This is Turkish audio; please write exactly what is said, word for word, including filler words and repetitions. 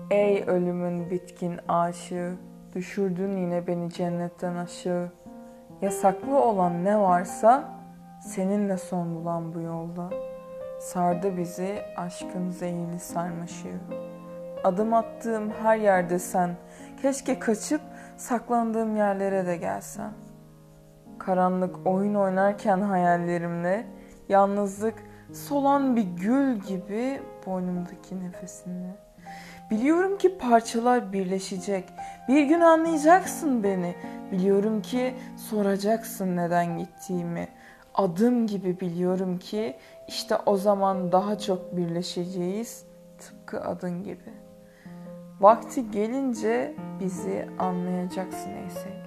Ey ölümün bitkin aşığı, düşürdün yine beni cennetten aşağı. Yasaklı olan ne varsa seninle son bulan bu yolda. Sardı bizi aşkın zehirli sarmaşığı. Adım attığım her yerde sen, keşke kaçıp saklandığım yerlere de gelsen. Karanlık oyun oynarken hayallerimle, yalnızlık solan bir gül gibi boynumdaki nefesinle. Biliyorum ki parçalar birleşecek, bir gün anlayacaksın beni. Biliyorum ki soracaksın neden gittiğimi. Adım gibi biliyorum ki işte o zaman daha çok birleşeceğiz, tıpkı adın gibi. Vakti gelince bizi anlayacaksın ey sevgilim.